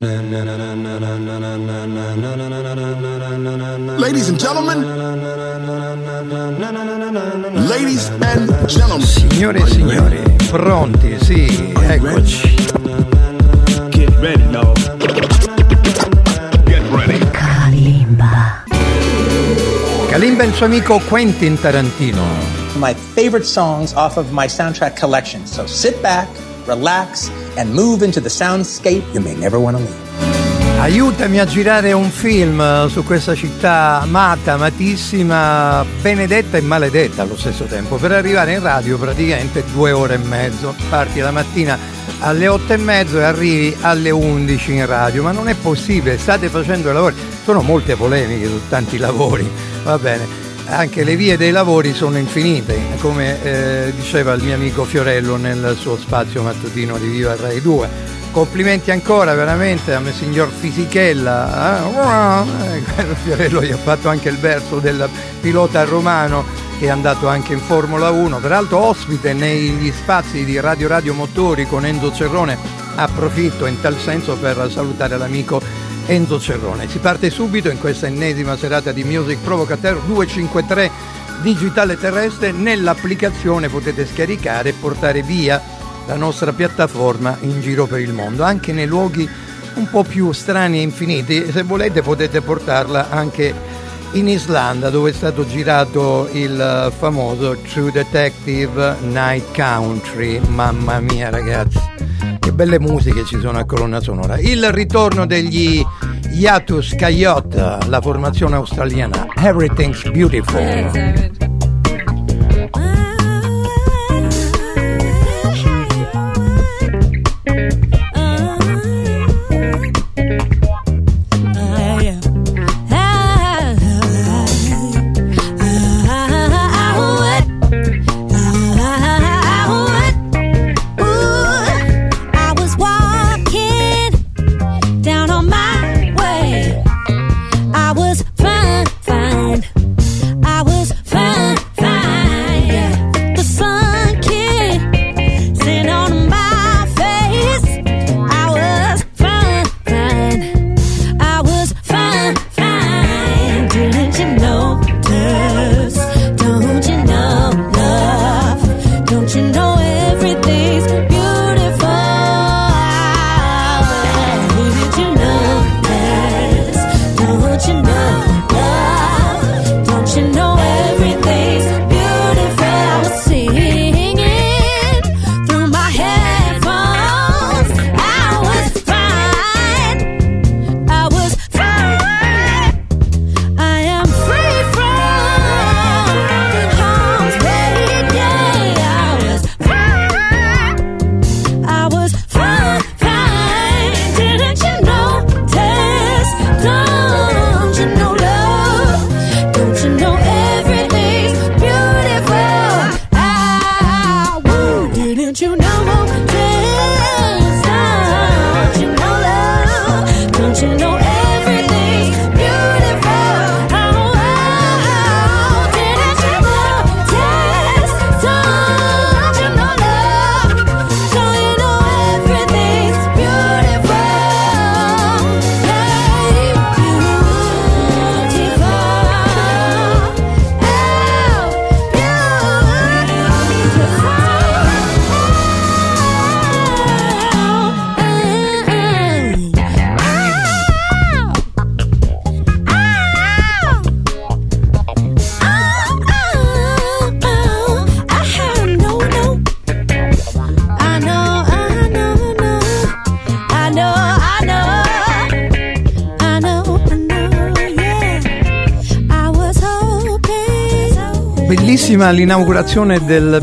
Ladies and gentlemen. Ladies and gentlemen. Signore e signori, pronti? Sì, eccoci. Get ready, y'all. Get ready. Kalimba e il suo amico Quentin Tarantino. My favorite songs off of my soundtrack collection. So sit back, relax, and move into the soundscape you may never want to leave. Aiutami a girare un film su questa città amata, amatissima, benedetta e maledetta allo stesso tempo, per arrivare in radio praticamente 2 ore e mezzo. Parti la mattina alle 8:30 e arrivi alle 11 in radio, ma non è possibile, state facendo i lavori. Sono molte polemiche su tanti lavori, va bene, anche le vie dei lavori sono infinite, come diceva il mio amico Fiorello nel suo spazio mattutino di Viva Rai 2. Complimenti ancora veramente a me signor Fisichella, Fiorello gli ha fatto anche il verso del pilota romano che è andato anche in Formula 1, peraltro ospite negli spazi di Radio Motori con Enzo Cerrone. Approfitto in tal senso per salutare l'amico Enzo Cerrone. Si parte subito in questa ennesima serata di Music Provocateur 253 digitale terrestre. Nell'applicazione potete scaricare e portare via la nostra piattaforma in giro per il mondo, anche nei luoghi un po' più strani e infiniti. Se volete potete portarla anche in Islanda, dove è stato girato il famoso True Detective Night Country. Mamma mia ragazzi, che belle musiche ci sono a colonna sonora. Il ritorno degli Yatus Coyote, la formazione australiana. Everything's Beautiful. Bellissima l'inaugurazione del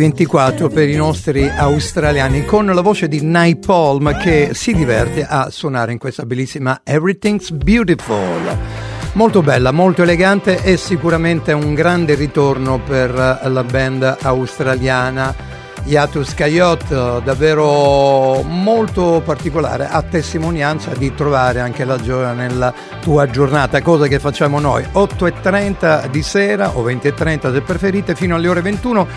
2024 per i nostri australiani, con la voce di Napalm che si diverte a suonare in questa bellissima Everything's Beautiful. Molto bella, molto elegante e sicuramente un grande ritorno per la band australiana Yatus Coyote, davvero molto particolare, a testimonianza di trovare anche la gioia nella tua giornata, cosa che facciamo noi 8:30 di sera o 20:30 se preferite fino alle ore 21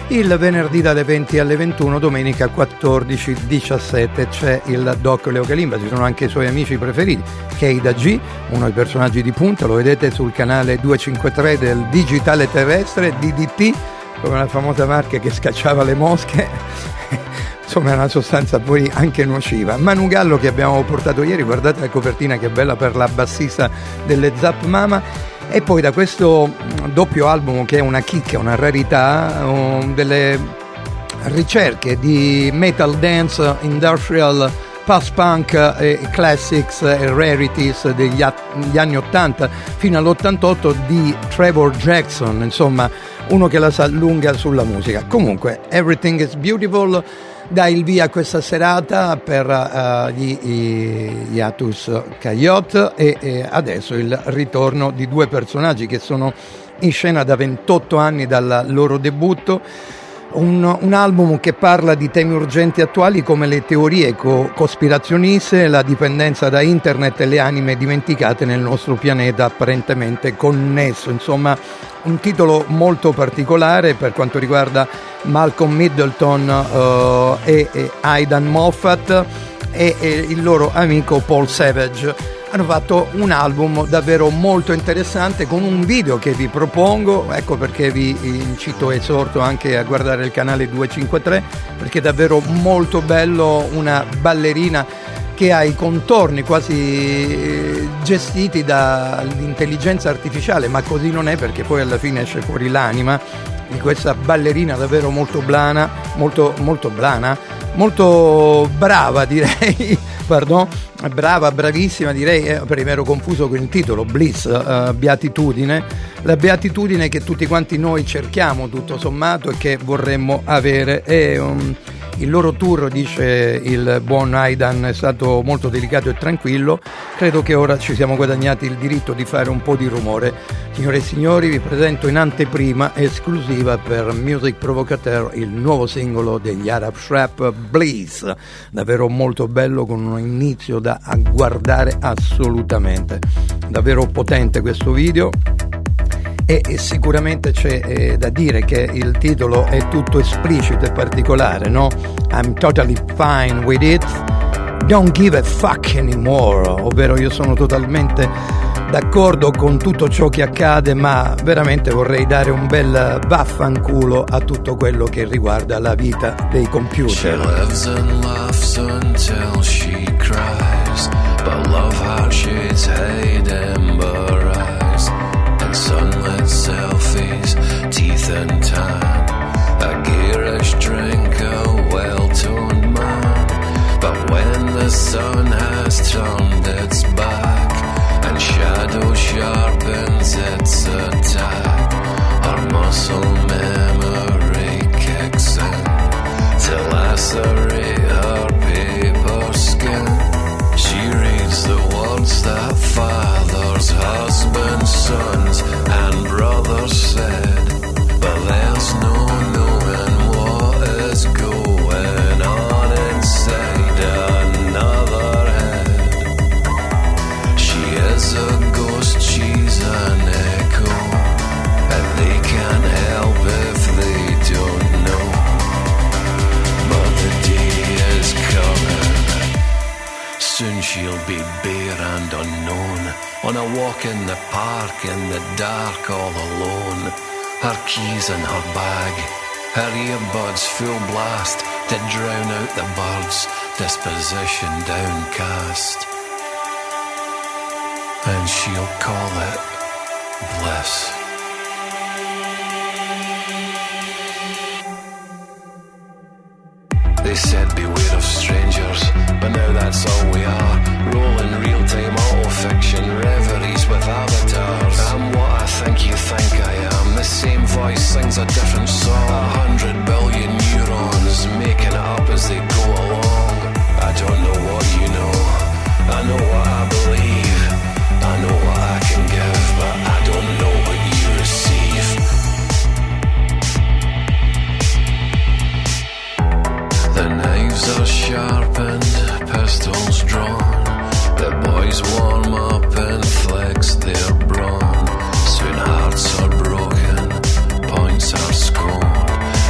Il venerdì dalle 20 alle 21, domenica 14-17 c'è il Doc Leo Kalimba, ci sono anche i suoi amici preferiti, Keida G, uno dei personaggi di punta, lo vedete sul canale 253 del digitale terrestre, DDT, come la famosa marca che scacciava le mosche, insomma è una sostanza poi anche nociva. Manu Gallo, che abbiamo portato ieri, guardate la copertina che bella per la bassista delle Zap Mama. E poi da questo doppio album, che è una chicca, una rarità, delle ricerche di metal dance, industrial, post-punk e classics e rarities degli anni 80 fino all'88 di Trevor Jackson, insomma uno che la sa lunga sulla musica. Comunque Everything is Beautiful dà il via a questa serata per gli Hiatus Coyote e adesso il ritorno di due personaggi che sono in scena da 28 anni dal loro debutto. Un album che parla di temi urgenti attuali come le teorie cospirazioniste, la dipendenza da internet e le anime dimenticate nel nostro pianeta apparentemente connesso. Insomma, un titolo molto particolare per quanto riguarda Malcolm Middleton e Aidan Moffat e il loro amico Paul Savage. Hanno fatto un album davvero molto interessante con un video che vi propongo, ecco perché vi incito e esorto anche a guardare il canale 253, perché è davvero molto bello, una ballerina che ha i contorni quasi gestiti dall'intelligenza artificiale, ma così non è, perché poi alla fine esce fuori l'anima di questa ballerina davvero molto blana, molto brava direi, pardon, brava, bravissima direi, prima ero confuso con il titolo, Bliss, beatitudine, la beatitudine che tutti quanti noi cerchiamo tutto sommato e che vorremmo avere. Il loro tour, dice il buon Aidan, è stato molto delicato e tranquillo. Credo che ora ci siamo guadagnati il diritto di fare un po' di rumore. Signore e signori, vi presento in anteprima esclusiva per Music Provocateur il nuovo singolo degli Arab Strap, Bliss. Davvero molto bello, con un inizio da guardare assolutamente. Davvero potente questo video. E sicuramente c'è da dire che il titolo è tutto esplicito e particolare, no? I'm totally fine with it, don't give a fuck anymore, ovvero io sono totalmente d'accordo con tutto ciò che accade, ma veramente vorrei dare un bel vaffanculo a tutto quello che riguarda la vita dei computer. She lives and laughs until she cries, but love heart shades hide ember eyes, and sunlit selfies, teeth and tan, a garish drink, a well-toned man. But when the sun has turned its back and shadow sharpens its attack, her muscle memory kicks in to lacerate her paper skin. She reads the words that fathers, husbands, sons and brothers said, but there's no knowing what is going on inside another head. She is a ghost, she's an echo, and they can't help if they don't know. But the day is coming, soon she'll be bare and unknown, on a walk in the park in the dark all alone. Her keys in her bag, her earbuds full blast to drown out the birds, disposition downcast. And she'll call it bliss. They said beware of strangers, but now that's all we are. Rolling real-time auto-fiction reveries with avatars. I'm what I think you think I am. The same voice sings a different song. 100 billion neurons making it up as they go along. I don't know what you know, I know what I believe, I know what I can give, but I don't know what you receive. The knives are sharpened, pistols drawn. The boys warm up and flex their brawn. Soon hearts are broken, points are scorned.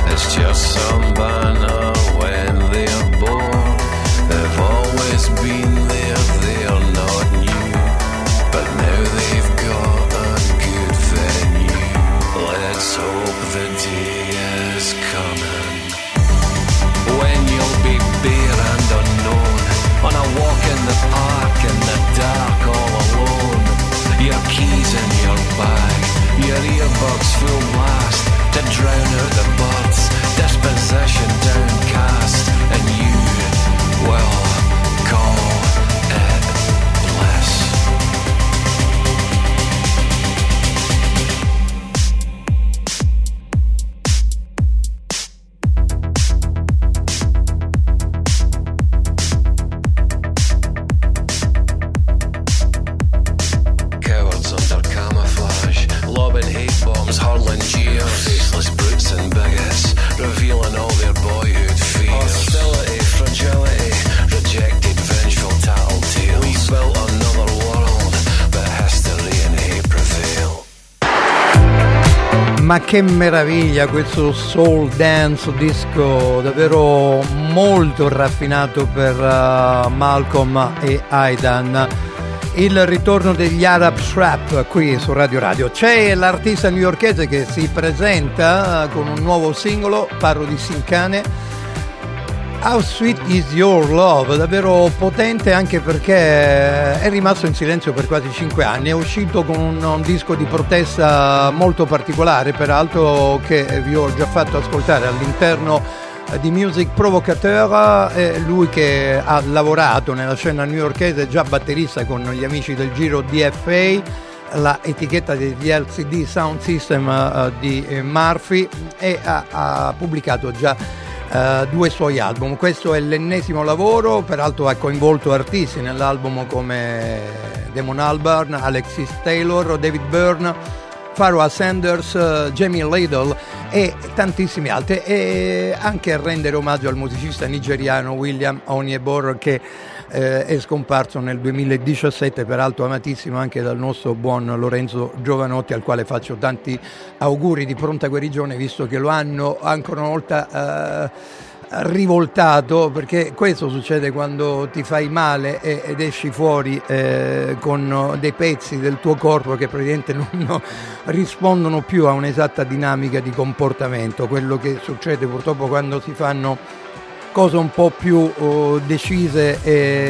Ma che meraviglia questo soul dance disco, davvero molto raffinato per Malcolm e Aidan. Il ritorno degli Arab Strap qui su Radio Radio. C'è l'artista newyorkese che si presenta con un nuovo singolo, parlo di Sincane. How Sweet Is Your Love, davvero potente anche perché è rimasto in silenzio per quasi 5 anni, è uscito con un disco di protesta molto particolare, peraltro, che vi ho già fatto ascoltare all'interno di Music Provocateur. Lui che ha lavorato nella scena newyorkese, già batterista con gli amici del giro DFA, la etichetta degli LCD Sound System di Murphy, e ha pubblicato già 2 suoi album. Questo è l'ennesimo lavoro, peraltro ha coinvolto artisti nell'album come Damon Albarn, Alexis Taylor, David Byrne, Pharoah Sanders, Jamie Lidl e tantissimi altri, e anche a rendere omaggio al musicista nigeriano William Onyebor, che è scomparso nel 2017, peraltro amatissimo anche dal nostro buon Lorenzo Giovanotti, al quale faccio tanti auguri di pronta guarigione, visto che lo hanno ancora una volta rivoltato, perché questo succede quando ti fai male ed esci fuori con dei pezzi del tuo corpo che praticamente non rispondono più a un'esatta dinamica di comportamento, quello che succede purtroppo quando si fanno cose un po' più decise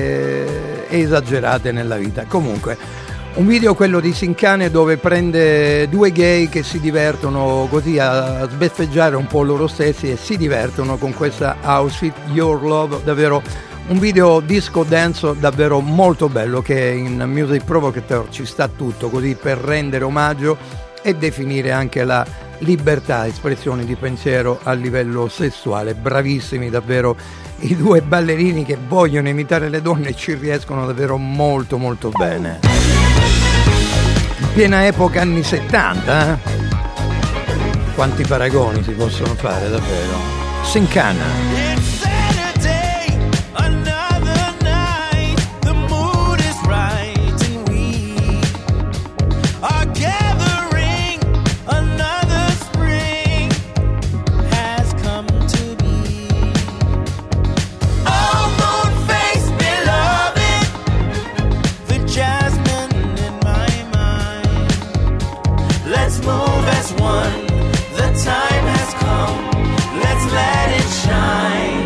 e esagerate nella vita. Comunque, un video, quello di Sincane, dove prende 2 gay che si divertono così a sbeffeggiare un po' loro stessi e si divertono con questa How Sweet Your Love, davvero un video disco dance davvero molto bello, che in Music Provocateur ci sta tutto, così per rendere omaggio e definire anche la libertà, espressione di pensiero a livello sessuale. Bravissimi davvero i 2 ballerini che vogliono imitare le donne e ci riescono davvero molto molto bene. In piena epoca anni 70, quanti paragoni si possono fare davvero. Sincana. One, the time has come, let's let it shine.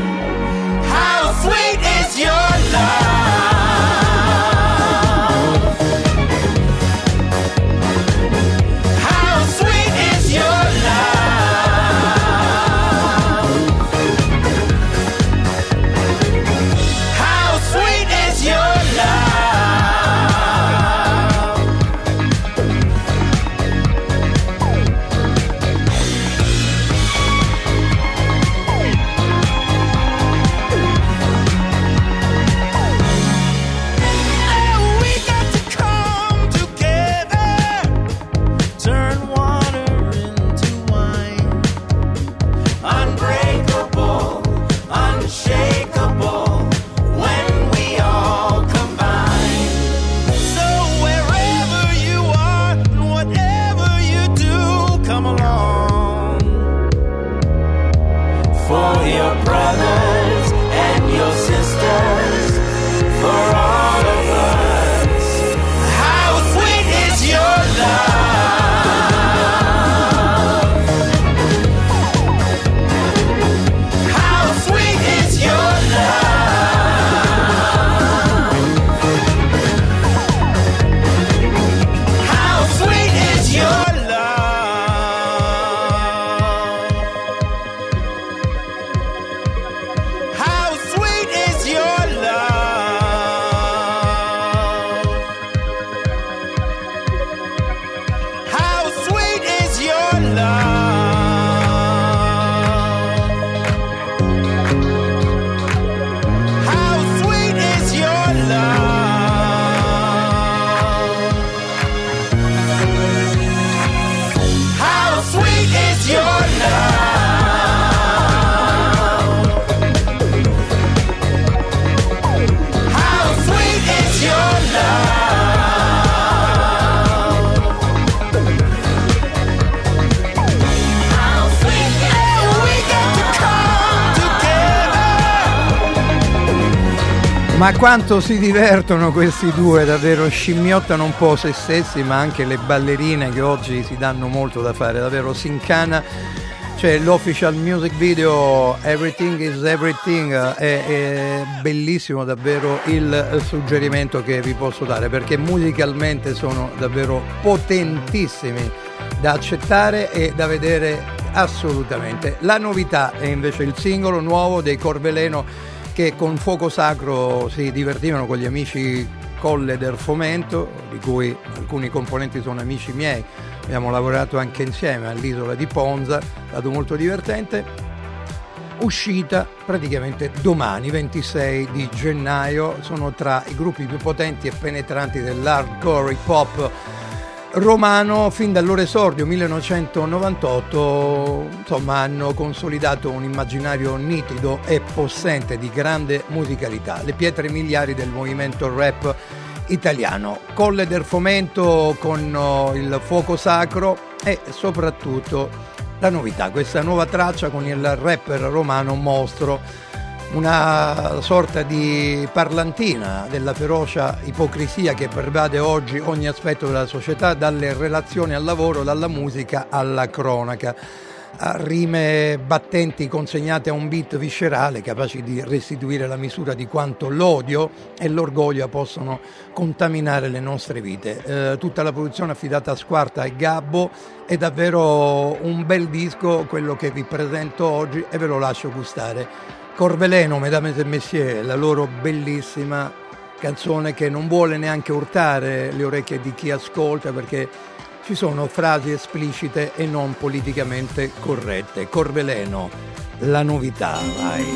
Ma quanto si divertono questi due, davvero scimmiottano un po' se stessi, ma anche le ballerine che oggi si danno molto da fare, davvero si incana. C'è l'official music video Everything is Everything, è bellissimo davvero il suggerimento che vi posso dare, perché musicalmente sono davvero potentissimi da accettare e da vedere assolutamente. La novità è invece il singolo nuovo dei Corveleno, che con Fuoco Sacro si divertivano con gli amici Colle del Fomento, di cui alcuni componenti sono amici miei, abbiamo lavorato anche insieme all'isola di Ponza, è stato molto divertente. Uscita praticamente domani, 26 di gennaio, sono tra i gruppi più potenti e penetranti dell'hardcore hip hop romano. Fin dal loro esordio 1998, insomma, hanno consolidato un immaginario nitido e possente di grande musicalità, le pietre miliari del movimento rap italiano. Colle del Fomento con il Fuoco Sacro e soprattutto la novità, questa nuova traccia con il rapper romano Mostro, una sorta di parlantina della ferocia ipocrisia che pervade oggi ogni aspetto della società, dalle relazioni al lavoro, dalla musica alla cronaca. Rime battenti consegnate a un beat viscerale, capaci di restituire la misura di quanto l'odio e l'orgoglio possono contaminare le nostre vite. Tutta la produzione affidata a Squarta e Gabbo, è davvero un bel disco quello che vi presento oggi e ve lo lascio gustare. Corveleno, Mesdames et Messieurs, la loro bellissima canzone che non vuole neanche urtare le orecchie di chi ascolta, perché ci sono frasi esplicite e non politicamente corrette. Corveleno, la novità, vai.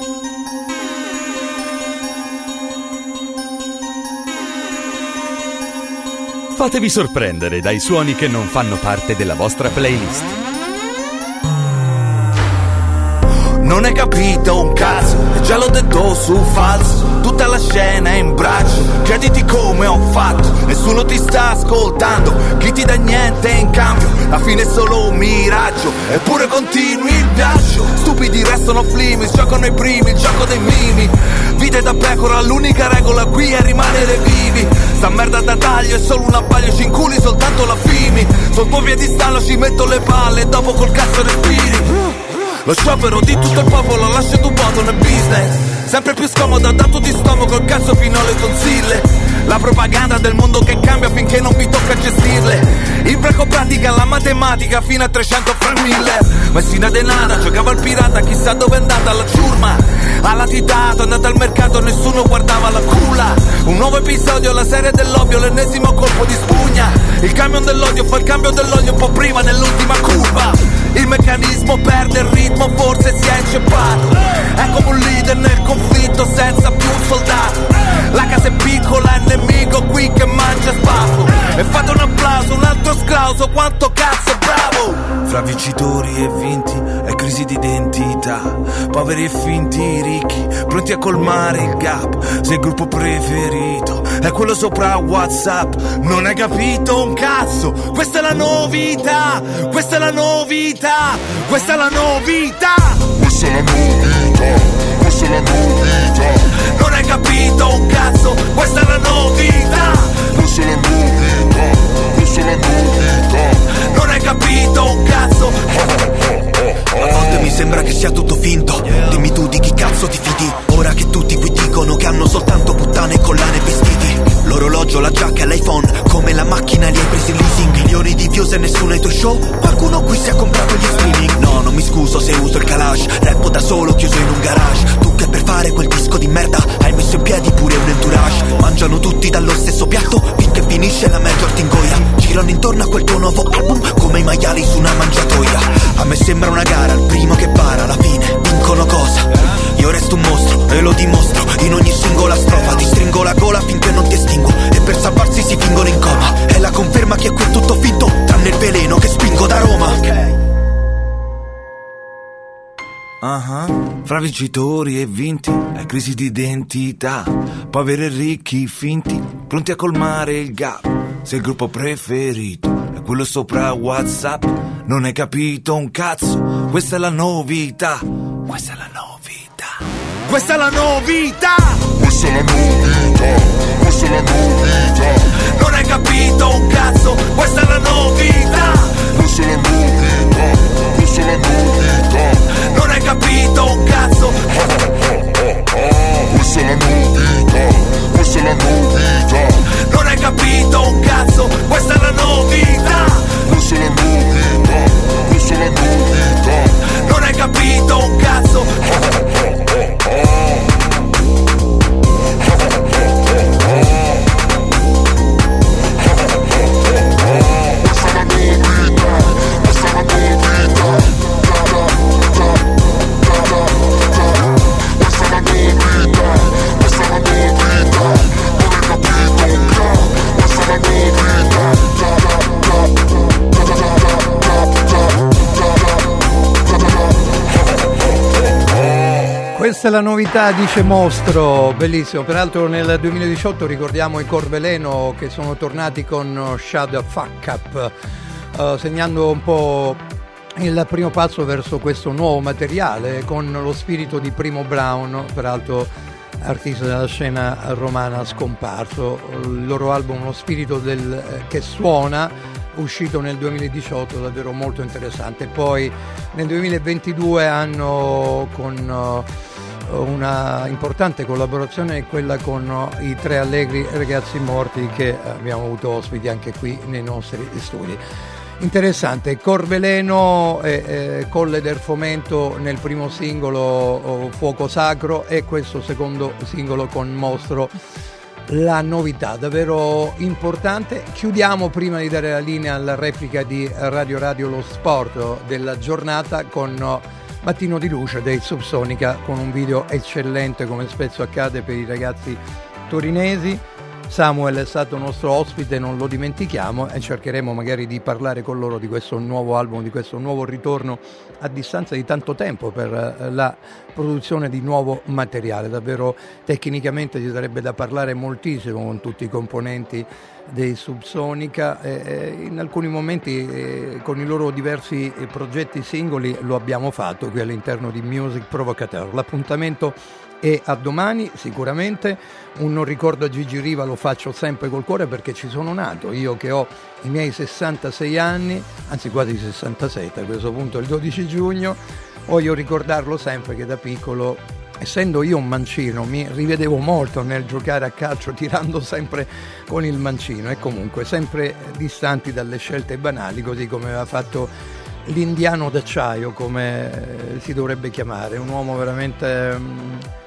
Fatevi sorprendere dai suoni che non fanno parte della vostra playlist. Non hai capito un cazzo, e già l'ho detto su falso. Tutta la scena è in braccio, crediti come ho fatto. Nessuno ti sta ascoltando, chi ti dà niente in cambio. La fine è solo un miraggio, eppure continui il viaggio. Stupidi restano flimis, giocano i primi, il gioco dei mimi. Vite da pecora, l'unica regola qui è rimanere vivi. Sta merda da taglio è solo un abbaglio, ci inculi soltanto la fimi. Sul tuo piedistallo ci metto le palle e dopo col cazzo respiri. Lo sciopero di tutto il popolo lascia tu vuoto nel business. Sempre più scomodo, dato di stomaco, il cazzo fino alle tonsille. La propaganda del mondo che cambia finché non vi tocca gestirle. Il breco pratica la matematica fino a 300 fra 1000. Messina denara, giocava al pirata, chissà dove è andata la ciurma. Ha latitato, è andata al mercato, nessuno guardava la culla. Un nuovo episodio, la serie dell'ovvio, l'ennesimo colpo di spugna. Il camion dell'odio fa il cambio dell'olio un po' prima nell'ultima curva. Il meccanismo perde il ritmo, forse si è inceppato. È come un leader nel conflitto senza più un soldato. La casa è piccola, è nemico qui che mangia spafo. E fate un applauso, un altro scrauso, quanto cazzo è bravo. Fra vincitori e vinti è crisi di identità. Poveri e finti ricchi, pronti a colmare il gap. Se il gruppo preferito è quello sopra WhatsApp, non hai capito un cazzo. Questa è la novità, questa è la novità. Questa è la novità, Questa è la novità, questa è la novità, non hai capito un cazzo, questa è la novità, questa è la novità, questa è la novità. non hai capito un cazzo. A volte mi sembra che sia tutto finto. Dimmi tu di chi cazzo ti fidi, ora che tutti qui dicono che hanno soltanto puttane, collane e vestiti. L'orologio, la giacca e l'iPhone, come la macchina li hai presi in leasing. Milioni di views e nessuno ai tuoi show. Qualcuno qui si è comprato gli streaming. No, non mi scuso se uso il calage, rappo da solo chiuso in un garage. Tu che per fare quel disco di merda hai messo in piedi pure un entourage. Mangiano tutti dallo stesso piatto finché finisce la major t'ingoia. Girano intorno a quel tuo nuovo album come i maiali su una mangiatoia. A me sembra una gara, il primo che para alla fine vincono cosa? Io resto un mostro e lo dimostro. In ogni singola strofa ti stringo la gola finché non ti estingo. E per salvarsi si fingono in coma. È la conferma che qui è tutto finto, tranne il veleno che spingo da Roma. Fra vincitori e vinti è crisi di identità. Poveri e ricchi finti, pronti a colmare il gap. Se il gruppo preferito è quello sopra WhatsApp, non hai capito un cazzo. Questa è la novità, questa è la novità. questa è la novità. Questa è la novità, questa è la novità. Non hai capito un cazzo, questa è la novità. Questa è la novità, questa è la novità. Non hai capito un cazzo. Questa è la novità, questa è la novità. Non hai capito un cazzo, questa è la novità. Questa è la novità, questa è la novità. Non hai capito un cazzo. Questa è la novità, dice Mostro, bellissimo. Peraltro nel 2018 ricordiamo i Corveleno che sono tornati con Shut the Fuck Up, segnando un po' il primo passo verso questo nuovo materiale con lo spirito di Primo Brown, peraltro artista della scena romana scomparso. Il loro album Lo spirito che suona, uscito nel 2018, davvero molto interessante. Poi nel 2022 hanno con una importante collaborazione, quella con i Tre Allegri Ragazzi Morti, che abbiamo avuto ospiti anche qui nei nostri studi. Interessante. Corveleno e Colle del Fomento nel primo singolo Fuoco Sacro, e questo secondo singolo con Mostro, la novità davvero importante. Chiudiamo, prima di dare la linea alla replica di Radio lo Sport della giornata, con Mattino di Luce dei Subsonica, con un video eccellente, come spesso accade per i ragazzi torinesi. Samuel è stato nostro ospite, non lo dimentichiamo, e cercheremo magari di parlare con loro di questo nuovo album, di questo nuovo ritorno a distanza di tanto tempo per la produzione di nuovo materiale. Davvero tecnicamente ci sarebbe da parlare moltissimo con tutti i componenti dei Subsonica, in alcuni momenti con i loro diversi progetti singoli lo abbiamo fatto qui all'interno di Music Provocateur. L'appuntamento è a domani sicuramente. Un non ricordo a Gigi Riva lo faccio sempre col cuore, perché ci sono nato io, che ho i miei 66 anni, anzi quasi 67 a questo punto, il 12 giugno. Voglio ricordarlo sempre, che da piccolo, essendo io un mancino, mi rivedevo molto nel giocare a calcio tirando sempre con il mancino, e comunque sempre distanti dalle scelte banali, così come aveva fatto l'indiano d'acciaio, come si dovrebbe chiamare, un uomo veramente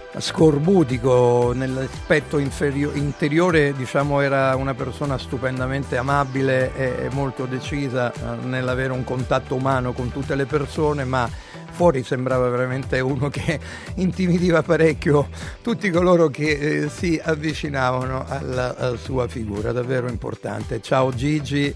scorbutico nell'aspetto interiore, diciamo. Era una persona stupendamente amabile e molto decisa nell'avere un contatto umano con tutte le persone, ma fuori sembrava veramente uno che intimidiva parecchio tutti coloro che si avvicinavano alla sua figura. Davvero importante. Ciao Gigi,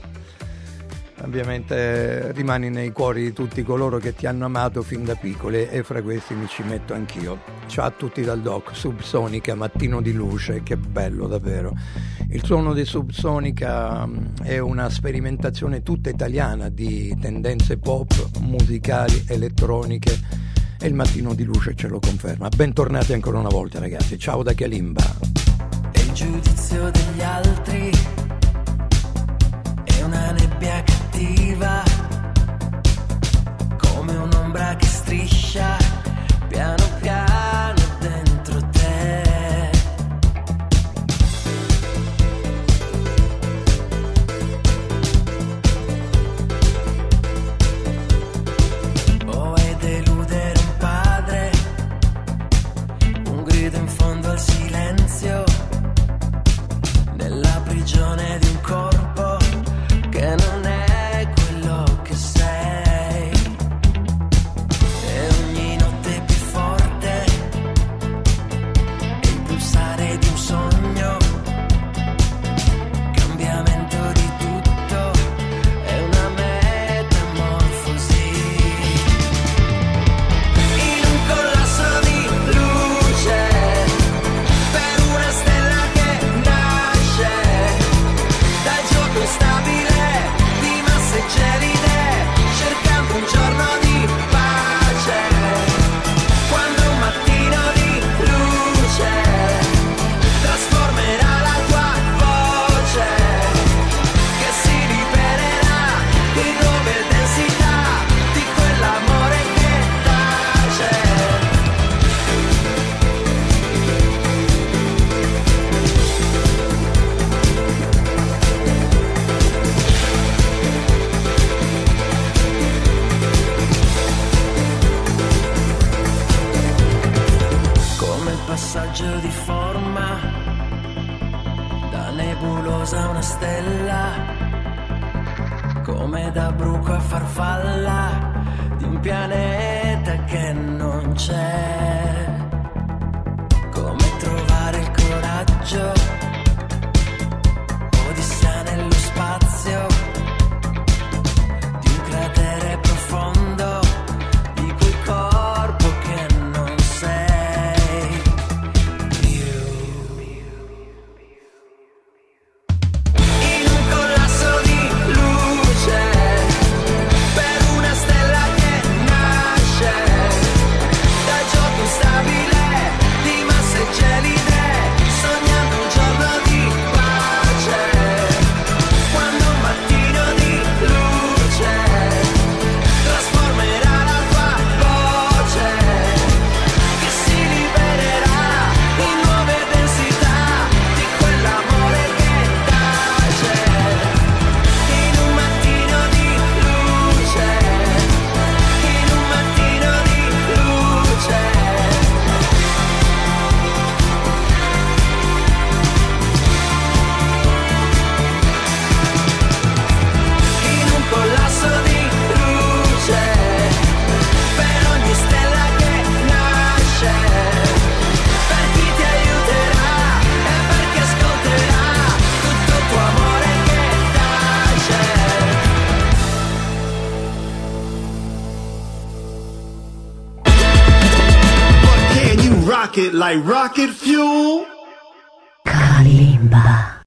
ovviamente rimani nei cuori di tutti coloro che ti hanno amato fin da piccoli, e fra questi mi ci metto anch'io. Ciao a tutti dal Doc. Subsonica, Mattino di Luce, che bello davvero. Il suono di Subsonica è una sperimentazione tutta italiana di tendenze pop, musicali, elettroniche, e il Mattino di Luce ce lo conferma. Bentornati ancora una volta, ragazzi. Ciao da Kalimba. E il giudizio degli altri è una nebbia cattiva, come un'ombra che striscia piano piano dentro te. Vuoi deludere un padre, un grido in fondo al silenzio, nella prigione di un corpo che non è quello che sei, e ogni notte più forte il pulsare di un sogno, cambiamento di tutto, è una metamorfosi, in un collasso di luce, per una stella che nasce, posa una stella, come da bruco a farfalla di un pianeta che non c'è. Come trovare il coraggio, odissea nello spazio di un cratere profondo, di quel corpo che non sei più. In un collasso di luce, per una stella che nasce dal gioco instabile di masse gelide, sognando un giorno di pace, quando un mattino di luce trasformerà la tua voce, che si libererà in nuove densità di quell'amore che tace. In un mattino di luce, in un mattino di luce. In un collasso di luce, per ogni stella che nasce, per chi ti aiuterà e per chi ascolterà tutto il tuo amore che tace. But can you rock it like rocket fuel?